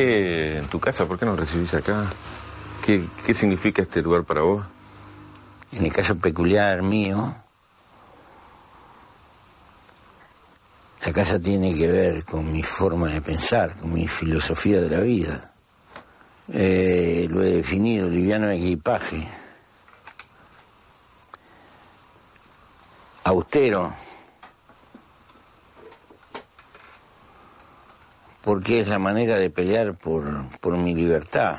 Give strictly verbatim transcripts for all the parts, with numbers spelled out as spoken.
qué en tu casa? ¿Por qué nos recibís acá? ¿Qué, qué significa este lugar para vos? En el caso peculiar mío, la casa tiene que ver con mi forma de pensar, con mi filosofía de la vida. Eh, lo he definido, liviano de equipaje. Austero, porque es la manera de pelear por, por mi libertad.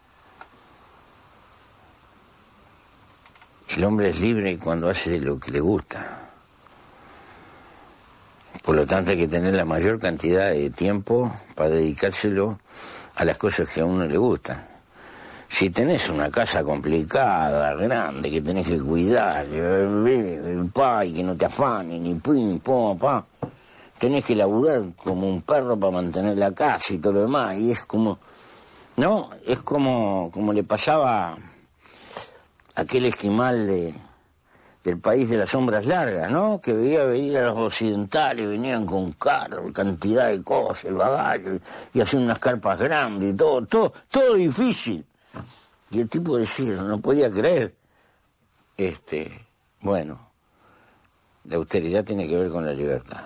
El hombre es libre cuando hace lo que le gusta. Por lo tanto hay que tener la mayor cantidad de tiempo para dedicárselo a las cosas que a uno le gustan. Si tenés una casa complicada, grande, que tenés que cuidar, el pai, que no te afanen, ni pim, pum, pa, tenés que laburar como un perro para mantener la casa y todo lo demás, y es como, no, es como, como le pasaba a aquel esquimal de, del país de las sombras largas, ¿no? Que veía venir a los occidentales, venían con carro, cantidad de cosas, el bagaje, y hacían unas carpas grandes y todo, todo, todo difícil. Y el tipo decía, no podía creer. Este, bueno, la austeridad tiene que ver con la libertad.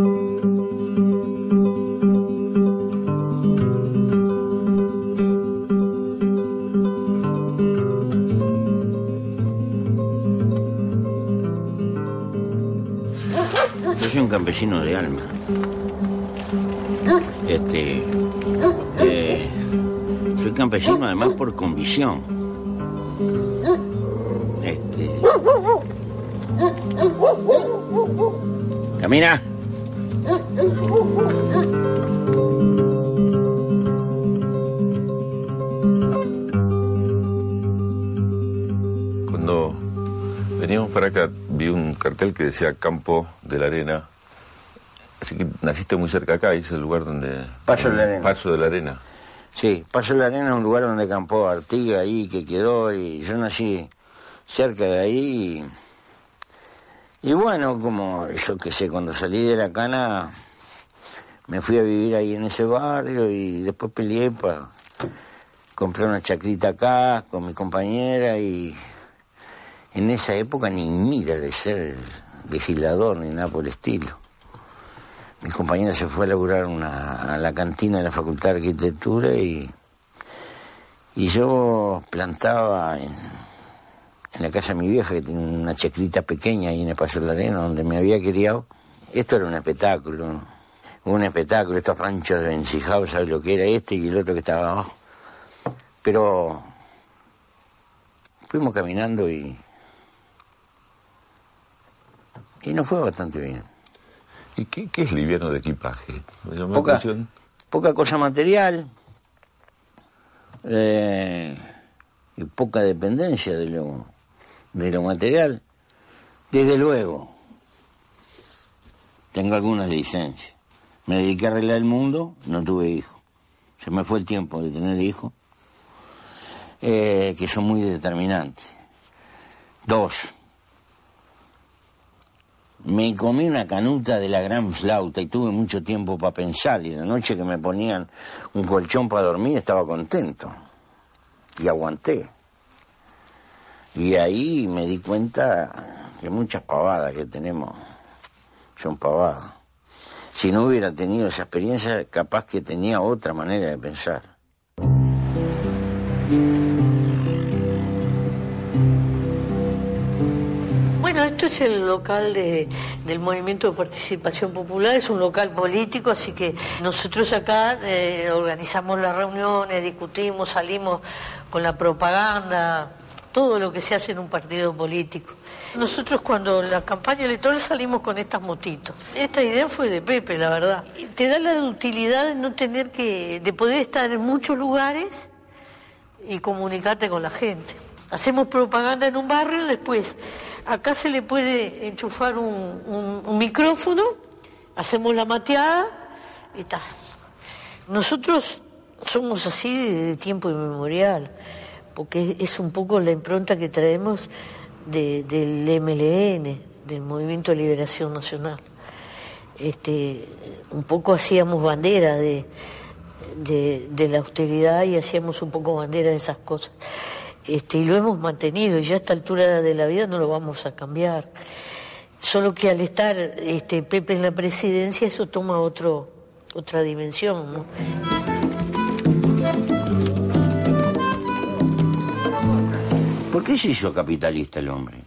Yo soy un campesino de alma. Este... Eh, soy campesino además por convicción. Este... Camina. Cuando veníamos para acá vi un cartel que decía Campo de la Arena. Así que naciste muy cerca acá, y es el lugar donde... Paso de la Arena. Paso de la Arena. Sí, Paso de la Arena es un lugar donde campó Artigas ahí, que quedó, y yo nací cerca de ahí. Y, y bueno, como yo qué sé, cuando salí de la cana, me fui a vivir ahí en ese barrio y después peleé para comprar una chacrita acá con mi compañera, y en esa época ni mira de ser legislador ni nada por el estilo. Mi compañera se fue a laburar una, a la cantina de la Facultad de Arquitectura y, y yo plantaba en, en la casa de mi vieja, que tiene una chacrita pequeña ahí en el Paso de la Arena, donde me había criado. Esto era un espectáculo, un espectáculo, estos ranchos de encijados, ¿sabes lo que era este y el otro que estaba abajo? Pero fuimos caminando y, y nos fue bastante bien. ¿Y qué, qué es liviano de equipaje? Me llamó Poca, la atención. poca cosa material, eh, y poca dependencia de lo, de lo material. Desde luego, tengo algunas licencias. Me dediqué a arreglar el mundo, no tuve hijos. Se me fue el tiempo de tener hijos, eh, que son muy determinantes. Dos, me comí una canuta de la gran flauta y tuve mucho tiempo para pensar, y la noche que me ponían un colchón para dormir estaba contento y aguanté. Y ahí me di cuenta que muchas pavadas que tenemos son pavadas. Si no hubiera tenido esa experiencia, capaz que tenía otra manera de pensar. Bueno, esto es el local de, del Movimiento de Participación Popular, es un local político, así que nosotros acá eh, organizamos las reuniones, discutimos, salimos con la propaganda, todo lo que se hace en un partido político. Nosotros cuando la campaña electoral salimos con estas motitos. Esta idea fue de Pepe, la verdad. Te da la utilidad de no tener que, de poder estar en muchos lugares y comunicarte con la gente. Hacemos propaganda en un barrio, después acá se le puede enchufar un, un, un micrófono, hacemos la mateada y tal. Nosotros somos así de tiempo inmemorial, porque es un poco la impronta que traemos de, del M L N, del Movimiento de Liberación Nacional. Este, un poco hacíamos bandera de, de, de la austeridad y hacíamos un poco bandera de esas cosas. Este, y lo hemos mantenido, y ya a esta altura de la vida no lo vamos a cambiar. Solo que al estar este, Pepe en la presidencia, eso toma otro, otra dimensión, ¿no? ¿Por qué se hizo capitalista el hombre?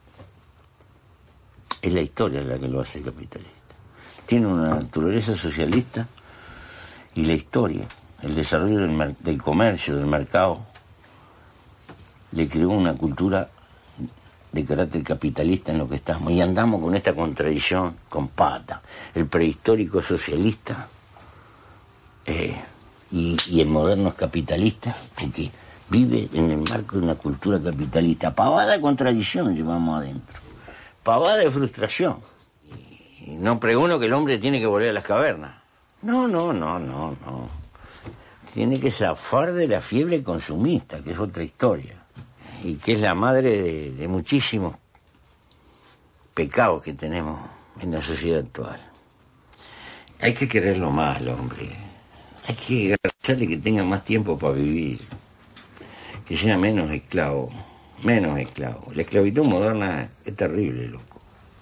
Es la historia la que lo hace capitalista. Tiene una naturaleza socialista y la historia, el desarrollo del, mer- del comercio, del mercado, le creó una cultura de carácter capitalista en lo que estamos. Y andamos con esta contradicción con pata. El prehistórico es socialista eh, y, y el moderno es capitalista porque vive en el marco de una cultura capitalista. Pavada de contradicción llevamos adentro. Pavada de frustración. Y, y no pregunto que el hombre tiene que volver a las cavernas. No, no, no, no, no. Tiene que zafar de la fiebre consumista, que es otra historia. Y que es la madre de, de muchísimos pecados que tenemos en la sociedad actual. Hay que quererlo más al hombre. Hay que agradecerle que tenga más tiempo para vivir. Que sea menos esclavo. Menos esclavo. La esclavitud moderna es terrible, loco.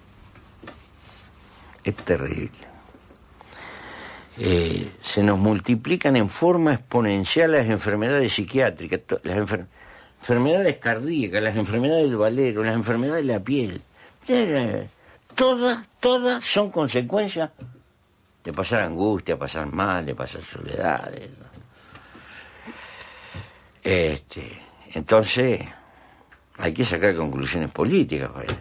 Es terrible. Eh, se nos multiplican en forma exponencial las enfermedades psiquiátricas, las enfer- enfermedades cardíacas, las enfermedades del valero, las enfermedades de la piel. Todas, todas son consecuencias de pasar angustia, pasar mal, de pasar soledad. Este, entonces, hay que sacar conclusiones políticas, ¿verdad?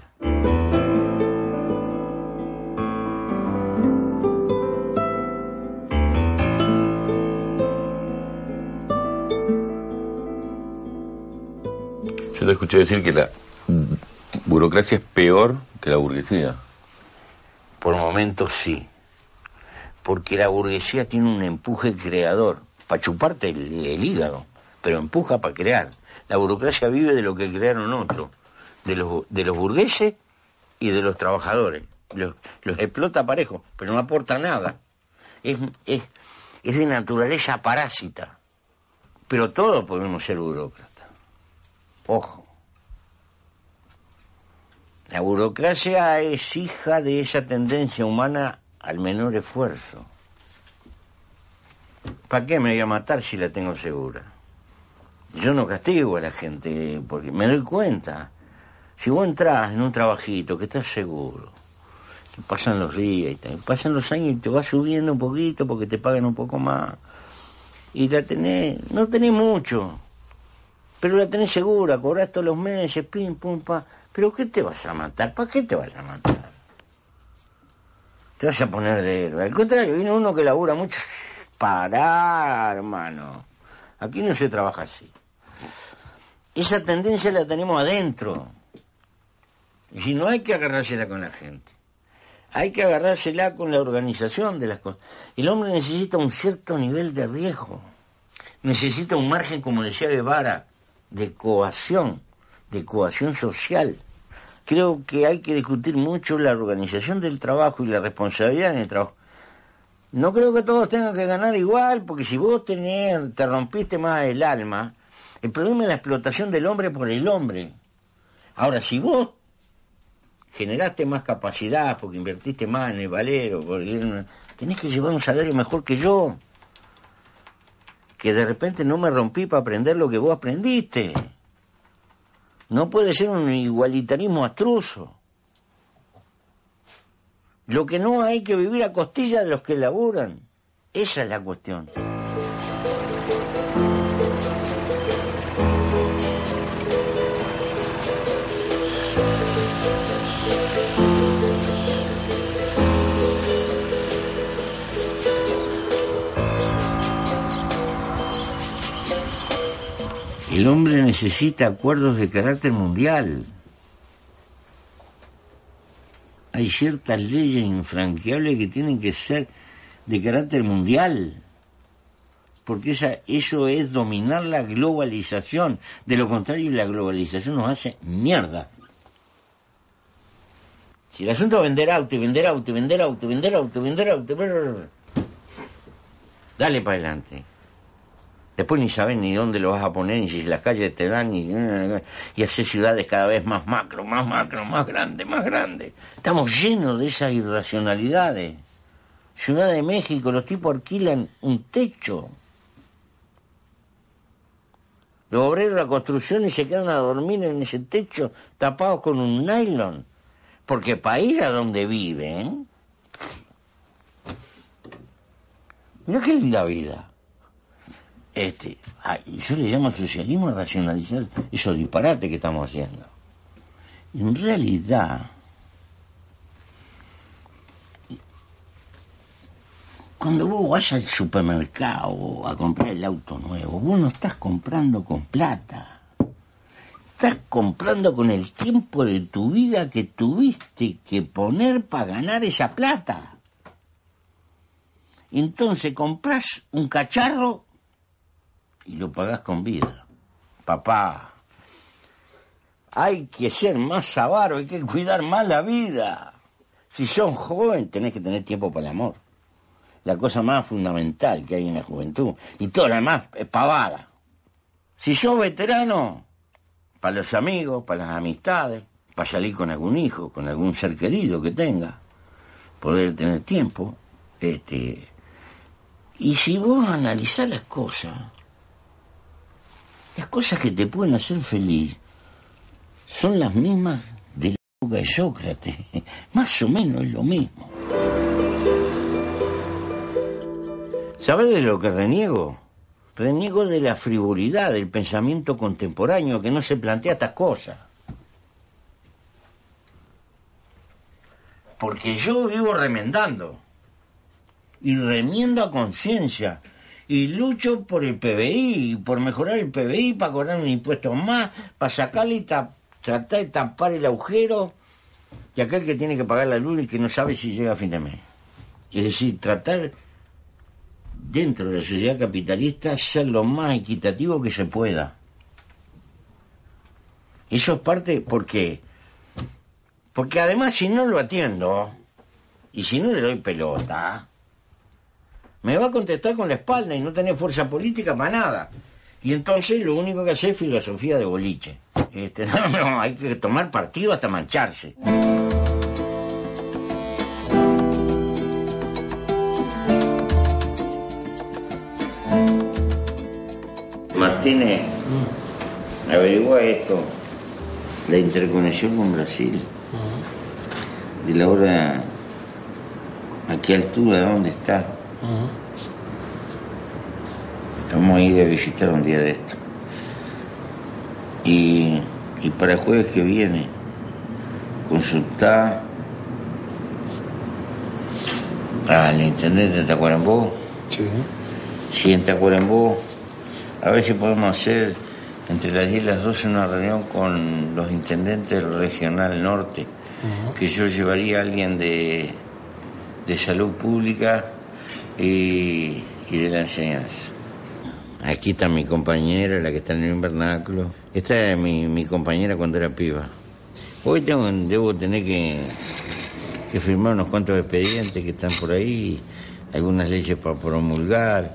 Yo te escuché decir que la burocracia es peor que la burguesía. Por momentos sí. Porque la burguesía tiene un empuje creador, para chuparte el, el hígado, pero empuja para crear. La burocracia vive de lo que crearon otros, de los, de los burgueses y de los trabajadores. Los, los explota parejo, pero no aporta nada. Es, es, es de naturaleza parásita. Pero todos podemos ser burócratas. Ojo. La burocracia es hija de esa tendencia humana al menor esfuerzo. ¿Para qué me voy a matar si la tengo segura? Yo no castigo a la gente porque me doy cuenta. Si vos entrás en un trabajito que estás seguro, que pasan los días y te, pasan los años y te vas subiendo un poquito porque te pagan un poco más, y la tenés, no tenés mucho, pero la tenés segura, cobrás todos los meses, pim, pum, pa. ¿Pero qué te vas a matar? ¿Para qué te vas a matar? Te vas a poner de héroe. Al contrario, viene uno que labura mucho. Pará, hermano. Aquí no se trabaja así. Esa tendencia la tenemos adentro. Y si no, hay que agarrársela con la gente. Hay que agarrársela con la organización de las cosas. El hombre necesita un cierto nivel de riesgo. Necesita un margen, como decía Guevara, de coacción, de coacción social. Creo que hay que discutir mucho la organización del trabajo y la responsabilidad en el trabajo. No creo que todos tengan que ganar igual, porque si vos tenés, te rompiste más el alma, el problema es la explotación del hombre por el hombre. Ahora, si vos generaste más capacidad porque invertiste más en el valero, porque tenés que llevar un salario mejor que yo, que de repente no me rompí para aprender lo que vos aprendiste. No puede ser un igualitarismo astruso. Lo que no hay que vivir a costilla de los que laburan. Esa es la cuestión. El hombre necesita acuerdos de carácter mundial. Hay ciertas leyes infranqueables que tienen que ser de carácter mundial, porque esa, eso es dominar la globalización. De lo contrario, la globalización nos hace mierda. Si el asunto es vender auto, y vender auto, y vender auto, y vender auto, y vender auto, brr, dale para adelante. Después ni sabes ni dónde lo vas a poner, ni si las calles te dan, ni, y hacer ciudades cada vez más macro, más macro, más grande, más grande. Estamos llenos de esas irracionalidades. Ciudad de México, los tipos alquilan un techo. Los obreros de la construcción y se quedan a dormir en ese techo tapados con un nylon. Porque para ir a donde viven... Mirá qué linda vida. Este, yo le llamo socialismo a racionalizar esos disparates que estamos haciendo. En realidad, cuando vos vas al supermercado a comprar el auto nuevo, vos no estás comprando con plata. Estás comprando con el tiempo de tu vida que tuviste que poner para ganar esa plata. Entonces compras un cacharro y lo pagás con vida. Papá, hay que ser más avaro, hay que cuidar más la vida. Si sos joven tenés que tener tiempo para el amor. La cosa más fundamental que hay en la juventud. Y todo lo demás es pavada. Si sos veterano, para los amigos, para las amistades, para salir con algún hijo, con algún ser querido que tenga, poder tener tiempo. Este, y si vos analizás las cosas, las cosas que te pueden hacer feliz son las mismas de la época de Sócrates. Más o menos es lo mismo. ¿Sabés de lo que reniego? Reniego de la frivolidad del pensamiento contemporáneo que no se plantea estas cosas. Porque yo vivo remendando. Y remiendo a conciencia. Y lucho por el P B I, por mejorar el P B I, para cobrar un impuesto más, para sacarle y ta- tratar de tapar el agujero de aquel que tiene que pagar la luz y que no sabe si llega a fin de mes. Es decir, tratar dentro de la sociedad capitalista ser lo más equitativo que se pueda. Eso es parte, ¿por qué? Porque además si no lo atiendo y si no le doy pelota, me va a contestar con la espalda y no tener fuerza política para nada. Y entonces lo único que hace es filosofía de boliche. Este, no, no, hay que tomar partido hasta mancharse. Martínez, mm. averigua esto, la interconexión con Brasil. Uh-huh. De la hora, a qué altura, dónde está. Uh-huh. Vamos a ir a visitar un día de esto. Y, y para el jueves que viene, consultar al intendente de Tacuarembó. Sí. Sí, en Tacuarembó. A ver si podemos hacer entre las diez y las doce una reunión con los intendentes del Regional Norte. Uh-huh. Que yo llevaría a alguien de, de salud pública y, y de la enseñanza. Aquí está mi compañera, la que está en el invernáculo. Esta es mi, mi compañera cuando era piba. Hoy tengo, debo tener que, que firmar unos cuantos expedientes que están por ahí, algunas leyes para promulgar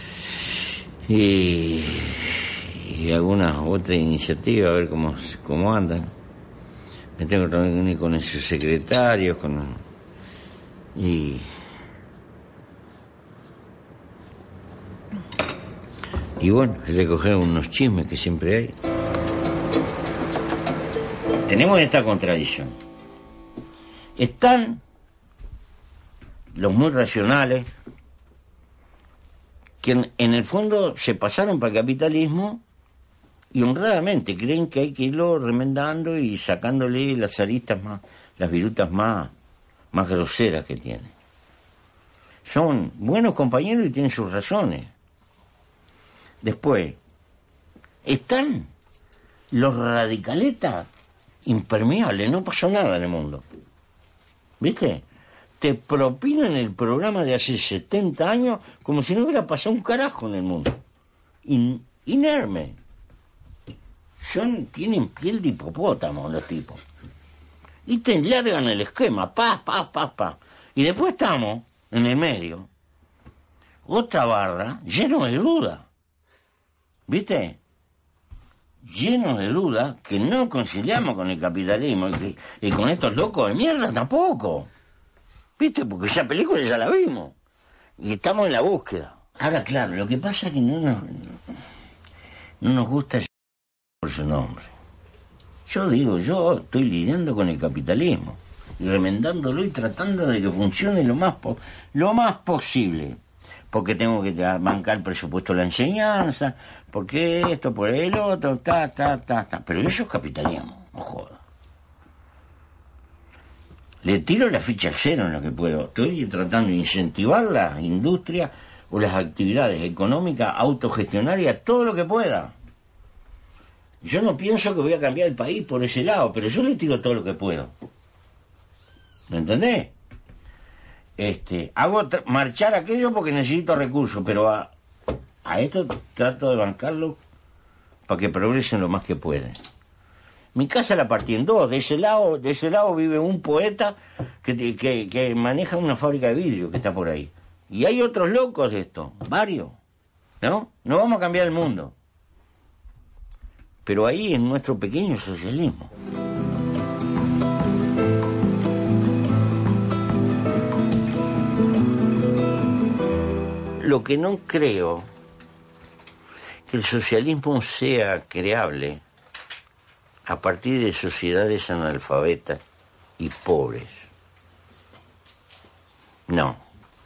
y, y algunas otras iniciativas, a ver cómo, cómo andan. Me tengo que reunir con esos secretarios, con y y bueno, recoger unos chismes que siempre hay. Tenemos esta contradicción. Están los muy racionales, que en, en el fondo se pasaron para el capitalismo y honradamente creen que hay que irlo remendando y sacándole las aristas más, las virutas más, más groseras que tiene. Son buenos compañeros y tienen sus razones. Después, están los radicaletas impermeables, no pasó nada en el mundo. ¿Viste? Te propinan el programa de hace setenta años como si no hubiera pasado un carajo en el mundo. In, inerme. Son, tienen piel de hipopótamo los tipos. Y te enlargan el esquema, pa, pa, pa, pa. Y después estamos en el medio, otra barra lleno de dudas. ¿Viste? Llenos de dudas que no conciliamos con el capitalismo y, que, y con estos locos de mierda tampoco. ¿Viste? Porque esa película ya la vimos. Y estamos en la búsqueda. Ahora, claro, lo que pasa es que no nos, no nos gusta por su nombre. Yo digo, yo estoy lidiando con el capitalismo, y remendándolo y tratando de que funcione lo más, po- lo más posible. Porque tengo que bancar el presupuesto de la enseñanza, porque esto, por el otro, ta, ta, ta, ta. Pero eso es capitalismo, no joda. Le tiro la ficha al cero en lo que puedo. Estoy tratando de incentivar la industria o las actividades económicas autogestionarias, todo lo que pueda. Yo no pienso que voy a cambiar el país por ese lado, pero yo le tiro todo lo que puedo. ¿Me entendés? Este, hago tra- marchar aquello porque necesito recursos, pero a, a esto trato de bancarlo para que progresen lo más que pueden. Mi casa la partí en dos. De ese lado, de ese lado vive un poeta que, que, que maneja una fábrica de vidrio que está por ahí. Y hay otros locos de esto, varios. ¿No? No vamos a cambiar el mundo. Pero ahí en nuestro pequeño socialismo. Lo que no creo que el socialismo sea creable a partir de sociedades analfabetas y pobres. No.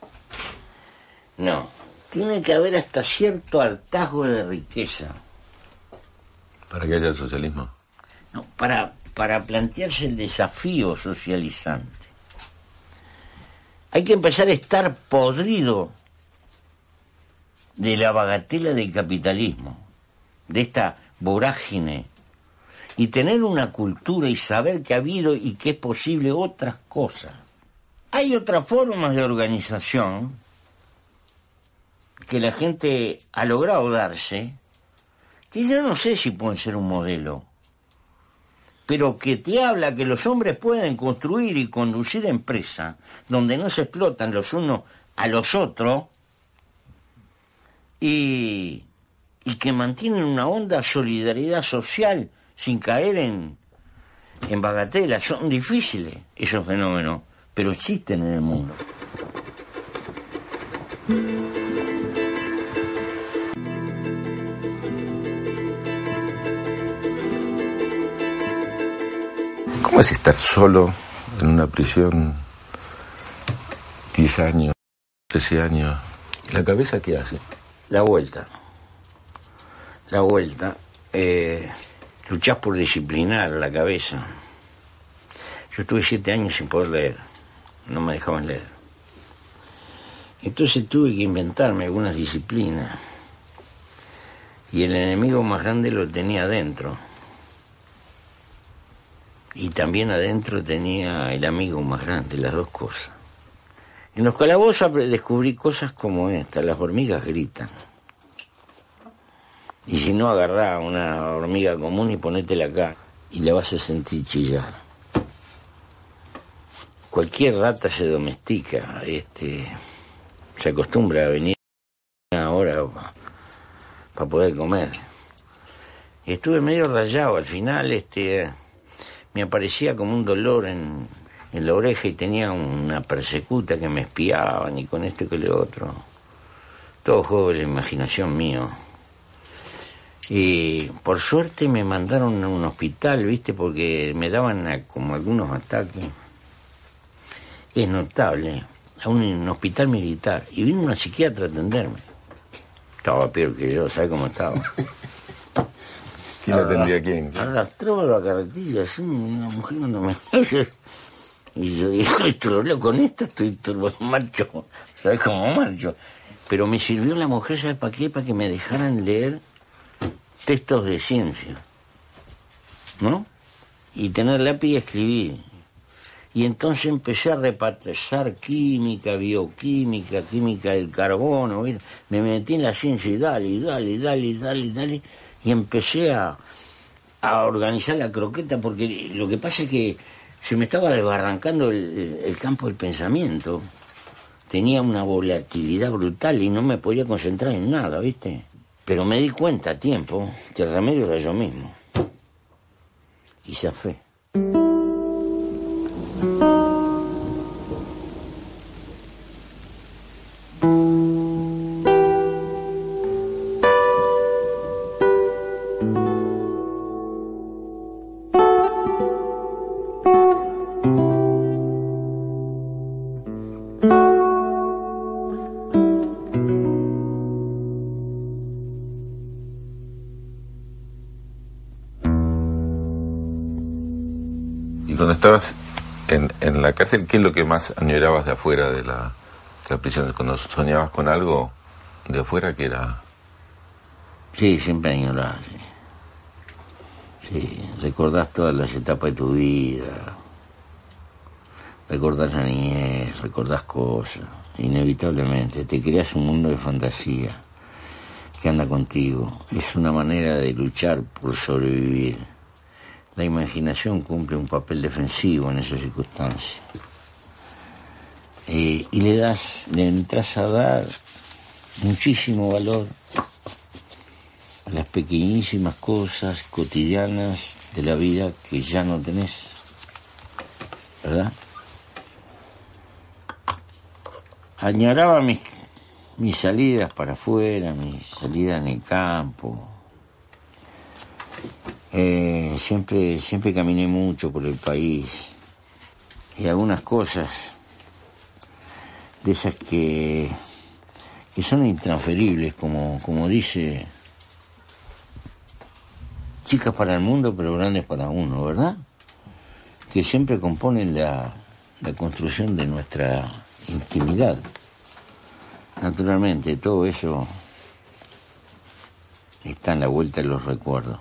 No. Tiene que haber hasta cierto hartazgo de riqueza. ¿Para que haya socialismo? No, para, para plantearse el desafío socializante. Hay que empezar a estar podrido de la bagatela del capitalismo, de esta vorágine, y tener una cultura y saber que ha habido y que es posible otras cosas. Hay otras formas de organización que la gente ha logrado darse, que yo no sé si pueden ser un modelo, pero que te habla que los hombres pueden construir y conducir empresas donde no se explotan los unos a los otros y, y que mantienen una honda solidaridad social sin caer en, en bagatelas. Son difíciles esos fenómenos, pero existen en el mundo. ¿Cómo es estar solo en una prisión diez años, trece años? ¿La cabeza qué hace? La vuelta. La vuelta. Eh, luchás por disciplinar la cabeza. Yo estuve siete años sin poder leer. No me dejaban leer. Entonces tuve que inventarme algunas disciplinas. Y el enemigo más grande lo tenía adentro. Y también adentro tenía el amigo más grande, las dos cosas. En los calabozos descubrí cosas como esta: las hormigas gritan. Y si no, agarrá una hormiga común y ponétela acá y la vas a sentir chillar. Cualquier rata se domestica, este, se acostumbra a venir una hora para pa poder comer. Estuve medio rayado al final, este, me aparecía como un dolor en, en la oreja y tenía una persecuta que me espiaban y con esto y con lo otro. Todo juego de la imaginación mío. Y por suerte me mandaron a un hospital, ¿viste? Porque me daban a, como algunos ataques. Es notable. A un, un hospital militar. Y vino una psiquiatra a atenderme. Estaba peor que yo, ¿sabes cómo estaba? ¿Quién atendía a quién? Arrastraba la carretilla, así, una mujer cuando me... Y yo dije, estoy turbo con esto, estoy turbo marcho. ¿Sabes cómo marcho? Pero me sirvió la mujer, ¿sabes para qué? Para que me dejaran leer textos de ciencia, ¿no? Y tener lápiz y escribir. Y entonces empecé a repasar química, bioquímica, química del carbono, ¿viste? Me metí en la ciencia y dale, y dale, y dale, y dale, y dale, y empecé a, a organizar la croqueta, porque lo que pasa es que se me estaba desbarrancando el, el campo del pensamiento. tenía una volatilidad brutal y no me podía concentrar en nada, ¿viste? Pero me di cuenta a tiempo que el remedio era yo mismo. Y zafé. Cuando estabas en, en la cárcel, ¿qué es lo que más añorabas de afuera de la, de la prisión? Cuando soñabas con algo de afuera, ¿qué era? Sí, siempre añoraba, sí. Sí, recordás todas las etapas de tu vida, recordás la niñez, recordás cosas, inevitablemente. Te creas un mundo de fantasía que anda contigo. Es una manera de luchar por sobrevivir. La imaginación cumple un papel defensivo en esas circunstancias. Eh, y le das, le entras a dar muchísimo valor a las pequeñísimas cosas cotidianas de la vida que ya no tenés, ¿verdad? Añoraba mis, mis salidas para afuera, mis salidas en el campo. Eh, siempre, siempre caminé mucho por el país y algunas cosas de esas que, que son intransferibles, como, como dice, chicas para el mundo pero grandes para uno, ¿verdad? Que siempre componen la, la construcción de nuestra intimidad. Naturalmente, todo eso está en la vuelta de los recuerdos.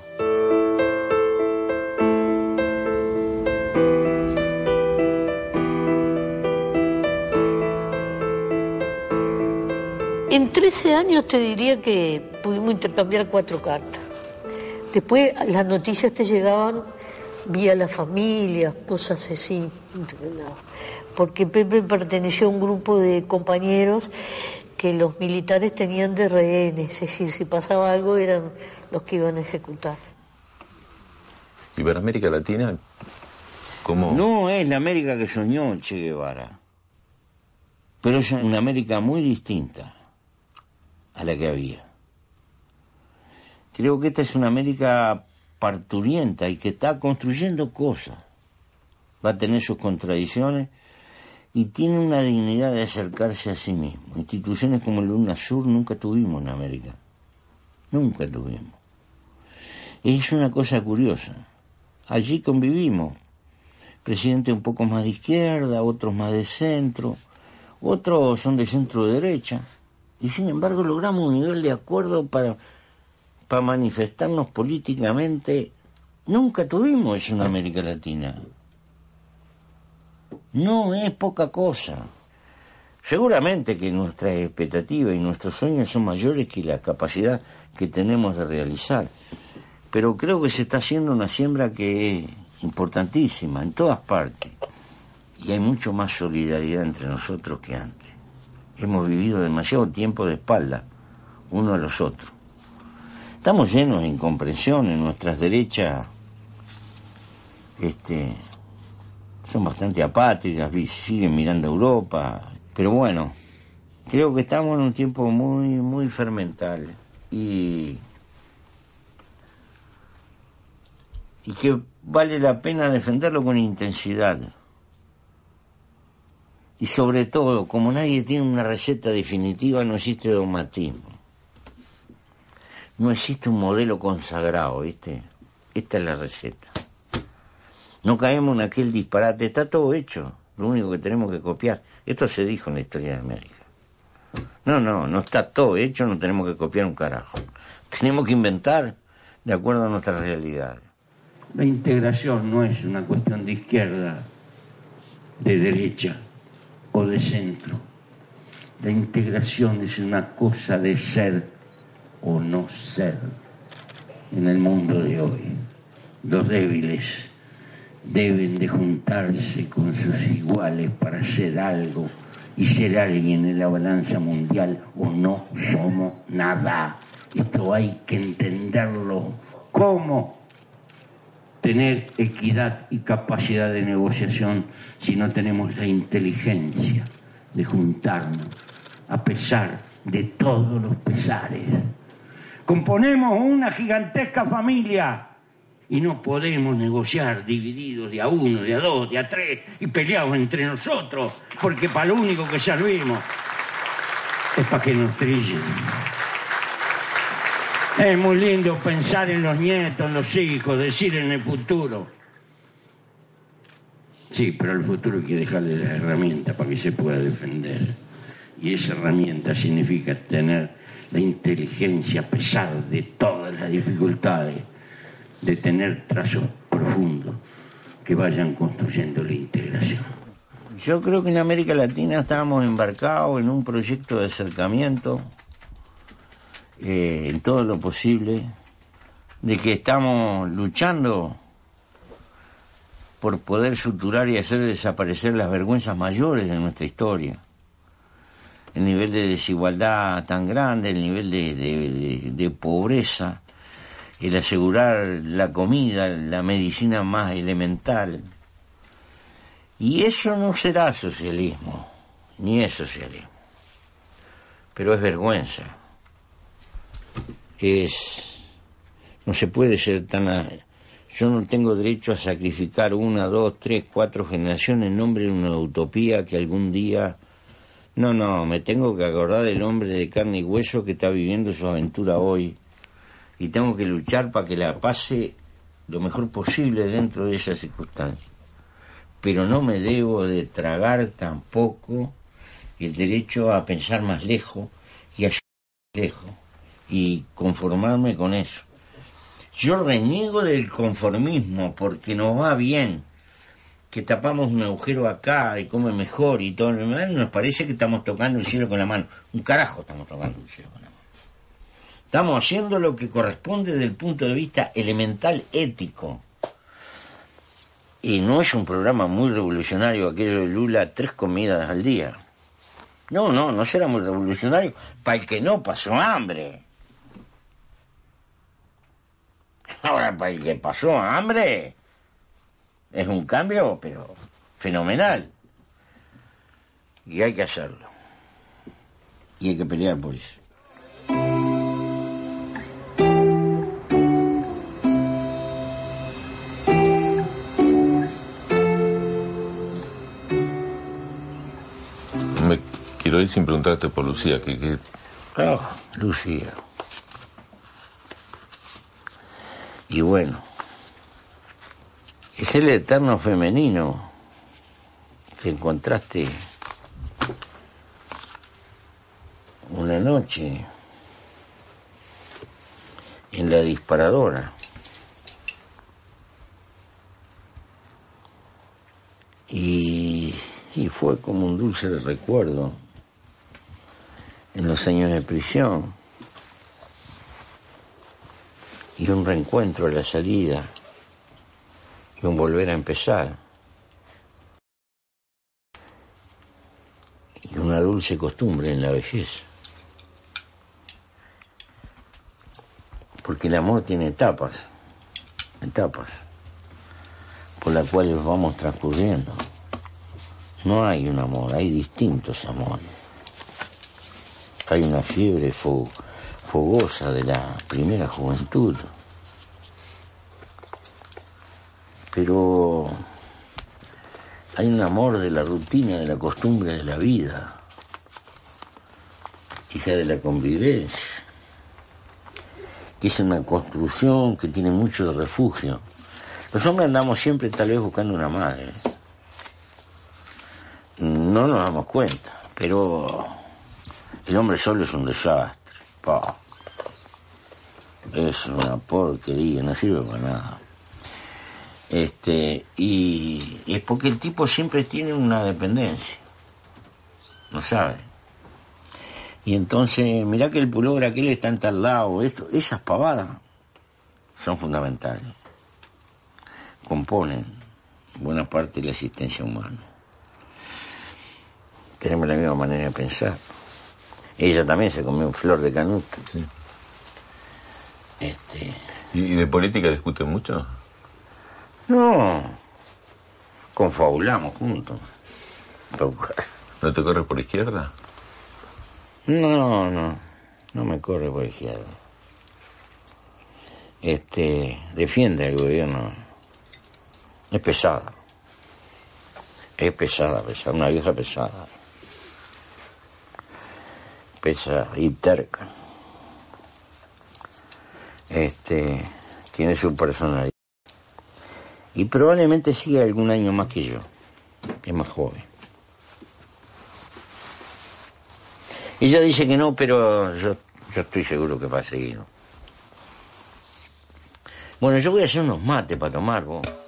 En trece años te diría que pudimos intercambiar cuatro cartas. Después las noticias te llegaban vía la familia, cosas así. Porque Pepe perteneció a un grupo de compañeros que los militares tenían de rehenes, es decir, si pasaba algo eran los que iban a ejecutar. ¿Y para América Latina cómo? No es la América que soñó Che Guevara, pero es una América muy distinta a la que había. Creo que esta es una América parturienta y que está construyendo cosas. Va a tener sus contradicciones y tiene una dignidad de acercarse a sí mismo. Instituciones como el UNASUR nunca tuvimos en América. Nunca tuvimos. Es una cosa curiosa. Allí convivimos. Presidentes un poco más de izquierda, otros más de centro, otros son de centro derecha. Y sin embargo logramos un nivel de acuerdo para, para manifestarnos políticamente. Nunca tuvimos eso en América Latina. No es poca cosa. Seguramente que nuestras expectativas y nuestros sueños son mayores que la capacidad que tenemos de realizar. Pero creo que se está haciendo una siembra que es importantísima en todas partes. Y hay mucho más solidaridad entre nosotros que antes. Hemos vivido demasiado tiempo de espalda uno a los otros. Estamos llenos de incomprensión en nuestras derechas. Este, son bastante apáticas, siguen mirando a Europa. Pero bueno, creo que estamos en un tiempo muy, muy fermental. Y, y que vale la pena defenderlo con intensidad. Y sobre todo, como nadie tiene una receta definitiva, no existe dogmatismo. No existe un modelo consagrado, ¿viste? Esta es la receta. No caemos en aquel disparate, está todo hecho. Lo único que tenemos que copiar. Esto se dijo en la historia de América. No, no, no está todo hecho, no tenemos que copiar un carajo. Tenemos que inventar de acuerdo a nuestras realidades. La integración no es una cuestión de izquierda, de derecha o de centro. La integración es una cosa de ser o no ser en el mundo de hoy. Los débiles deben de juntarse con sus iguales para hacer algo y ser alguien en la balanza mundial o no somos nada. Esto hay que entenderlo. ¿Cómo tener equidad y capacidad de negociación si no tenemos la inteligencia de juntarnos a pesar de todos los pesares? Componemos una gigantesca familia y no podemos negociar divididos de a uno, de a dos, de a tres y peleados entre nosotros, porque para lo único que servimos es para que nos trillen. Es muy lindo pensar en los nietos, en los hijos, decir en el futuro. Sí, pero al futuro hay que dejarle la herramienta para que se pueda defender. Y esa herramienta significa tener la inteligencia a pesar de todas las dificultades, de tener trazos profundos que vayan construyendo la integración. Yo creo que en América Latina estábamos embarcados en un proyecto de acercamiento eh, en todo lo posible, de que estamos luchando por poder suturar y hacer desaparecer las vergüenzas mayores de nuestra historia. El nivel de desigualdad tan grande, el nivel de, de, de, de pobreza, el asegurar la comida, la medicina más elemental. Y eso no será socialismo, ni es socialismo, pero es vergüenza. Es, no se puede ser tan... A, yo no tengo derecho a sacrificar una, dos, tres, cuatro generaciones en nombre de una utopía que algún día... No, no, me tengo que acordar del hombre de carne y hueso que está viviendo su aventura hoy y tengo que luchar para que la pase lo mejor posible dentro de esas circunstancias. Pero no me debo de tragar tampoco el derecho a pensar más lejos y a llegar más lejos y conformarme con eso. Yo reniego del conformismo porque nos va bien, que tapamos un agujero acá y come mejor y todo lo demás, nos parece que estamos tocando el cielo con la mano. Un carajo estamos tocando el cielo con la mano. Estamos haciendo lo que corresponde desde el punto de vista elemental ético. Y no es un programa muy revolucionario aquello de Lula, tres comidas al día. No, no, no será muy revolucionario para el que no pasó hambre. Ahora, para el que pasó hambre, es un cambio, pero fenomenal. Y hay que hacerlo. Y hay que pelear por eso. Me quiero ir sin preguntarte por Lucía, que... que... Oh, Lucía. Y bueno, es el eterno femenino que encontraste una noche en la disparadora. Y, y fue como un dulce recuerdo en los años de prisión. Y un reencuentro a la salida, y un volver a empezar, y una dulce costumbre en la vejez. Porque el amor tiene etapas, etapas, por las cuales vamos transcurriendo. No hay un amor, hay distintos amores. Hay una fiebre fo- fogosa de la primera juventud. Pero hay un amor de la rutina, de la costumbre de la vida, hija de la convivencia, que es una construcción que tiene mucho de refugio. Los hombres andamos siempre tal vez buscando una madre. No nos damos cuenta, pero el hombre solo es un desastre. Pa. Es una porquería, no sirve para nada. Este, y, y es porque el tipo siempre tiene una dependencia, no sabe. Y entonces, mirá que el pullover aquel está en tal lado, esto, esas pavadas son fundamentales. Componen buena parte de la existencia humana. tenemos la misma manera de pensar. Ella también se comió un flor de canuto. Sí. Este... ¿Y, ¿Y de política discuten mucho? No, confabulamos juntos. ¿No te corre por izquierda? No, no, no me corre por izquierda. Este, defiende al gobierno. Es pesada. Es pesada, pesada, una vieja pesada. Pesada y terca. Este, tiene su personalidad. Y probablemente siga algún año más que yo. Es más joven. Ella dice que no, pero yo, yo estoy seguro que va a seguir. Bueno, yo voy a hacer unos mates para tomar, vos.